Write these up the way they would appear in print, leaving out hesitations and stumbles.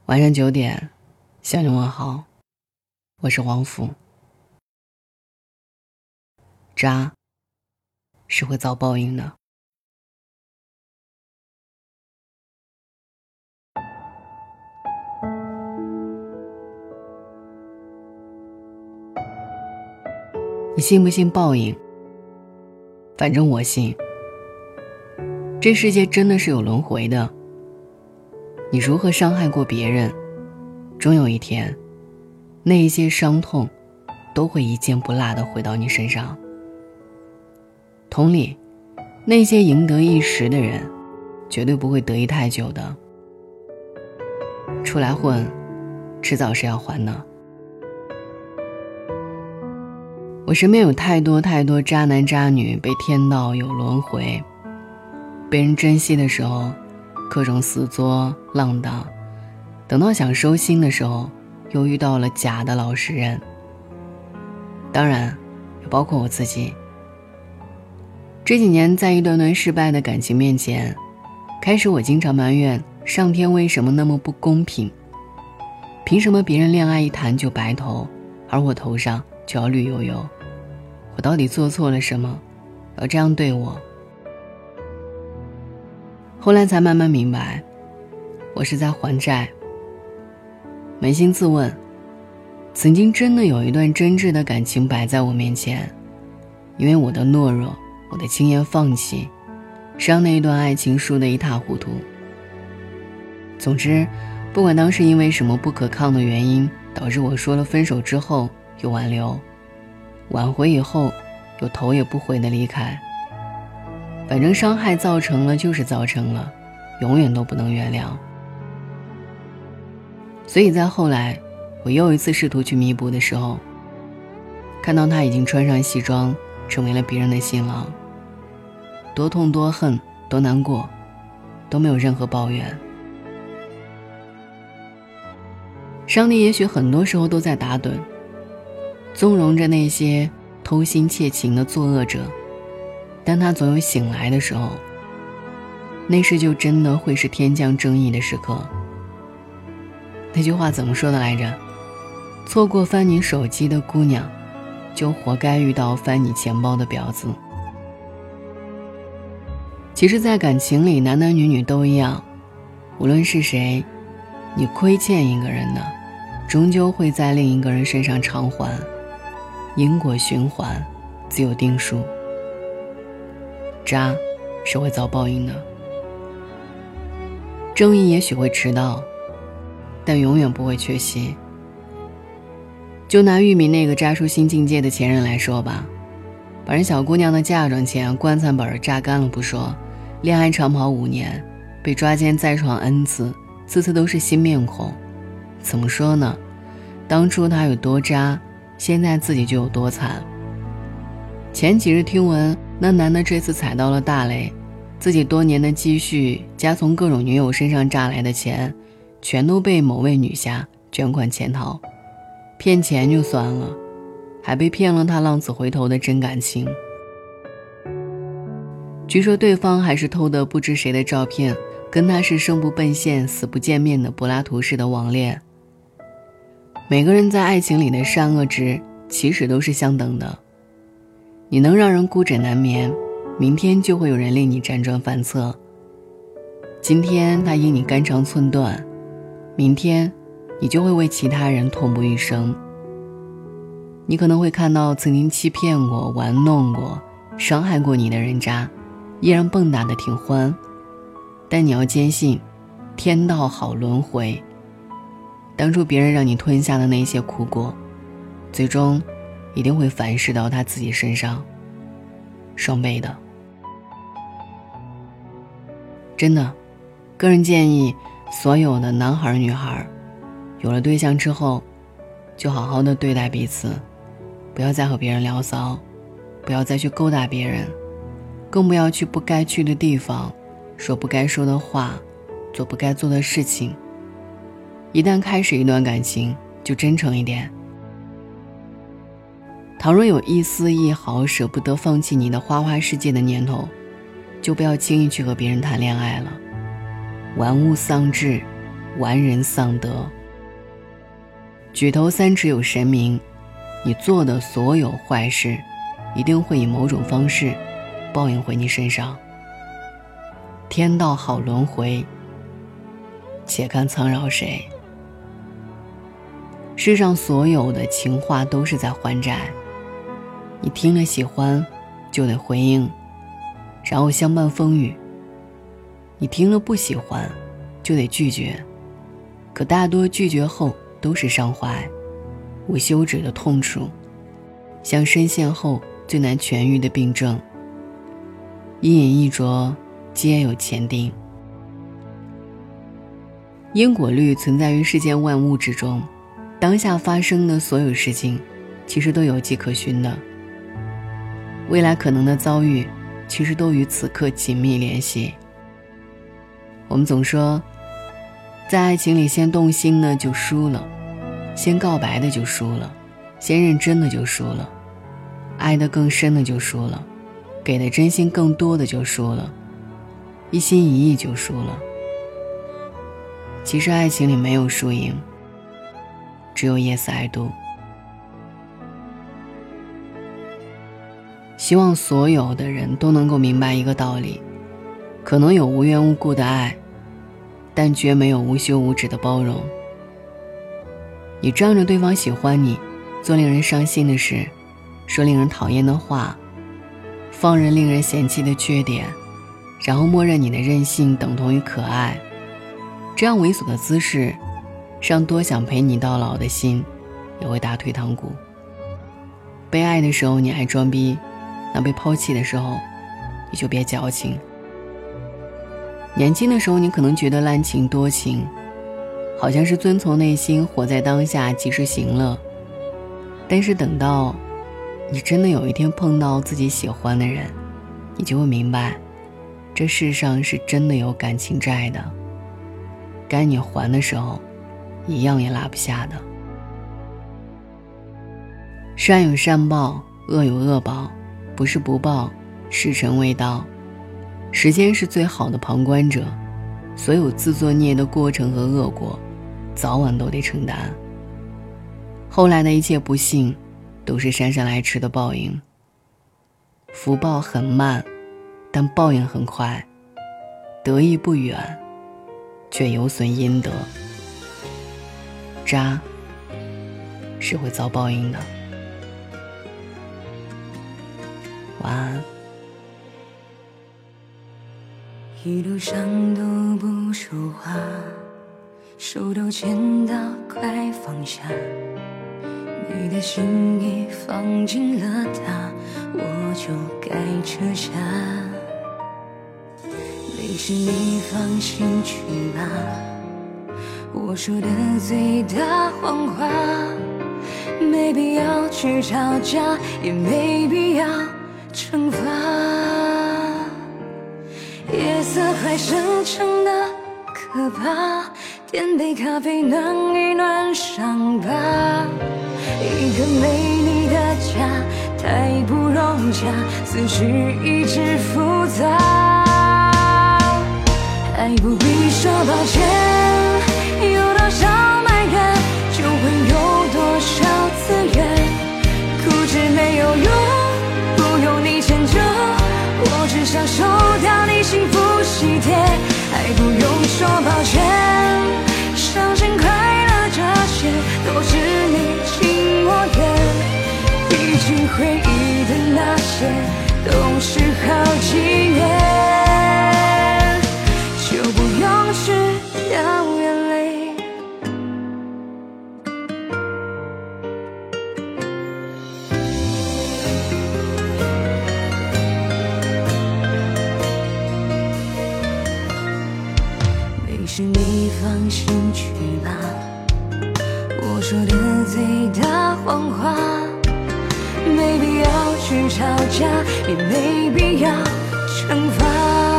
晚上9点，向你问好，我是黄甫。渣是会遭报应的。你信不信报应？反正我信。这世界真的是有轮回的。你如何伤害过别人，终有一天，那一些伤痛都会一件不落地回到你身上。同理，那些赢得一时的人，绝对不会得意太久的。出来混，迟早是要还的。我身边有太多渣男渣女被天道有轮回，被人珍惜的时候各种死作浪荡，等到想收心的时候又遇到了假的老实人。当然也包括我自己。这几年在一段段失败的感情面前，开始我经常埋怨上天为什么那么不公平，凭什么别人恋爱一谈就白头，而我头上就要绿油油，我到底做错了什么要这样对我？后来才慢慢明白，我是在还债。扪心自问，曾经真的有一段真挚的感情摆在我面前，因为我的懦弱，我的轻言放弃，让那一段爱情输得一塌糊涂。总之，不管当时因为什么不可抗的原因导致我说了分手之后又挽留，挽回以后又头也不回地离开，反正伤害造成了就是造成了，永远都不能原谅。所以在后来我又一次试图去弥补的时候，看到他已经穿上西装成为了别人的新郎，多痛多恨多难过，都没有任何抱怨。上帝也许很多时候都在打盹，纵容着那些偷心窃情的作恶者，但他总有醒来的时候，那时就真的会是天降正义的时刻。那句话怎么说的来着？错过翻你手机的姑娘，就活该遇到翻你钱包的婊子。其实在感情里，男男女女都一样，无论是谁，你亏欠一个人的，终究会在另一个人身上偿还，因果循环自有定数。渣是会遭报应的。正义也许会迟到，但永远不会缺席。就拿玉米那个渣出新境界的前任来说吧，把人小姑娘的嫁妆钱棺材本榨干了不说，恋爱长跑5年，被抓奸再闯 N 次，次次都是新面孔。怎么说呢？当初他有多渣，现在自己就有多惨。前几日听闻那男的这次踩到了大雷，自己多年的积蓄加从各种女友身上榨来的钱，全都被某位女侠卷款潜逃。骗钱就算了，还被骗了他浪子回头的真感情。据说对方还是偷得不知谁的照片，跟他是生不奔现死不见面的柏拉图式的网恋。每个人在爱情里的善恶值其实都是相等的，你能让人孤枕难眠，明天就会有人令你辗转反侧。今天他因你肝肠寸断，明天你就会为其他人痛不欲生。你可能会看到曾经欺骗过、玩弄过、伤害过你的人渣，依然蹦跶的挺欢，但你要坚信天道好轮回，当初别人让你吞下的那些苦果，最终一定会反噬到他自己身上，双倍的。真的，个人建议所有的男孩女孩，有了对象之后就好好的对待彼此，不要再和别人聊骚，不要再去勾搭别人，更不要去不该去的地方，说不该说的话，做不该做的事情。一旦开始一段感情，就真诚一点。倘若有一丝一毫舍不得放弃你的花花世界的念头，就不要轻易去和别人谈恋爱了。玩物丧志， 完人丧德。举头三尺有神明，你做的所有坏事一定会以某种方式报应回你身上。天道好轮回，且看苍饶谁。世上所有的情话都是在还债，你听了喜欢就得回应，然后相伴风雨。你听了不喜欢就得拒绝，可大多拒绝后都是伤怀，无休止的痛楚，像深陷后最难痊愈的病症。一饮一啄皆有前定。因果律存在于世间万物之中，当下发生的所有事情其实都有迹可循的，未来可能的遭遇其实都与此刻紧密联系。我们总说，在爱情里先动心的就输了，先告白的就输了，先认真的就输了，爱得更深的就输了，给的真心更多的就输了，一心一意就输了。其实爱情里没有输赢，只有 yes I do。 希望所有的人都能够明白一个道理，可能有无缘无故的爱，但绝没有无休无止的包容。你仗着对方喜欢你，做令人伤心的事，说令人讨厌的话，放任令人嫌弃的缺点，然后默认你的任性等同于可爱。这样猥琐的姿势，让多想陪你到老的心也会打退堂鼓。被爱的时候你爱装逼，那被抛弃的时候你就别矫情。年轻的时候你可能觉得滥情多情，好像是遵从内心，活在当下，及时行乐。但是等到你真的有一天碰到自己喜欢的人，你就会明白，这世上是真的有感情债的，该你还的时候一样也拉不下的。善有善报，恶有恶报，不是不报，时辰未到。时间是最好的旁观者，所有自作孽的过程和恶果，早晚都得承担。后来的一切不幸，都是姗姗来迟的报应。福报很慢，但报应很快，得意不远，却有损阴德。渣是会遭报应的。晚安。 一路上都不说话，手都牵到快放下，你的心意放进了它，我就该撤下。没事你放心去吧，我说的最大谎话，没必要去吵架，也没必要惩罚。夜色快深沉的可怕，点杯咖啡暖一暖伤疤。一个没你的家太不融洽，思绪一直复杂。爱不必说抱歉，有多少埋怨就会有多少自愿。固执没有用，不用你迁就，我只想收掉你幸福喜帖。爱不用说抱歉，伤心快乐这些都是你情我愿。毕竟回忆的那些都是好几年，就不用去掉眼泪。没事你放心去吧，我说的最大谎话，没必要去吵架，也没必要惩罚。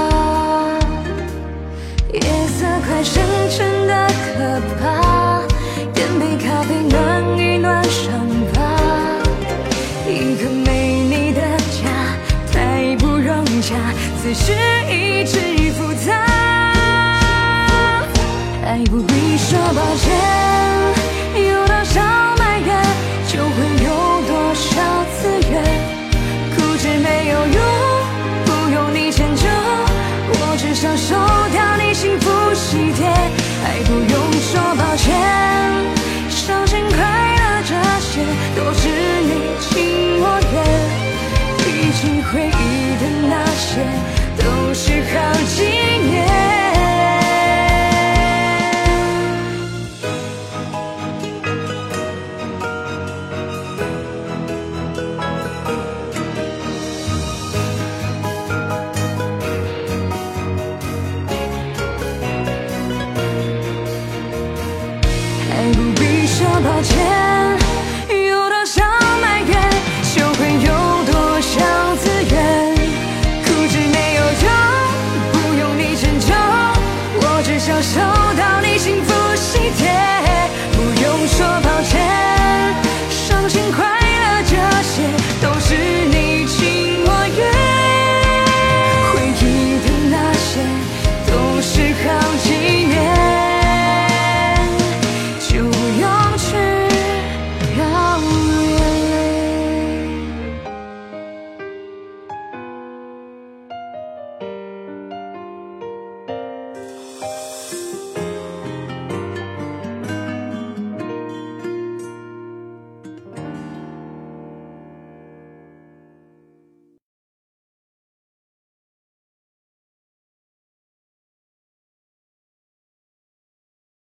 夜色快深沉的可怕，点杯咖啡暖一暖伤疤。一个没你的家太不融洽，思绪一直复杂。爱不必歉，有多少埋怨，就会有多少自怨。固执没有用，不用你迁就，我只想收掉你幸福喜帖，还不用说抱歉。伤心快乐这些都是你情我愿，毕竟回忆的那些都是好几年。还不必说抱歉，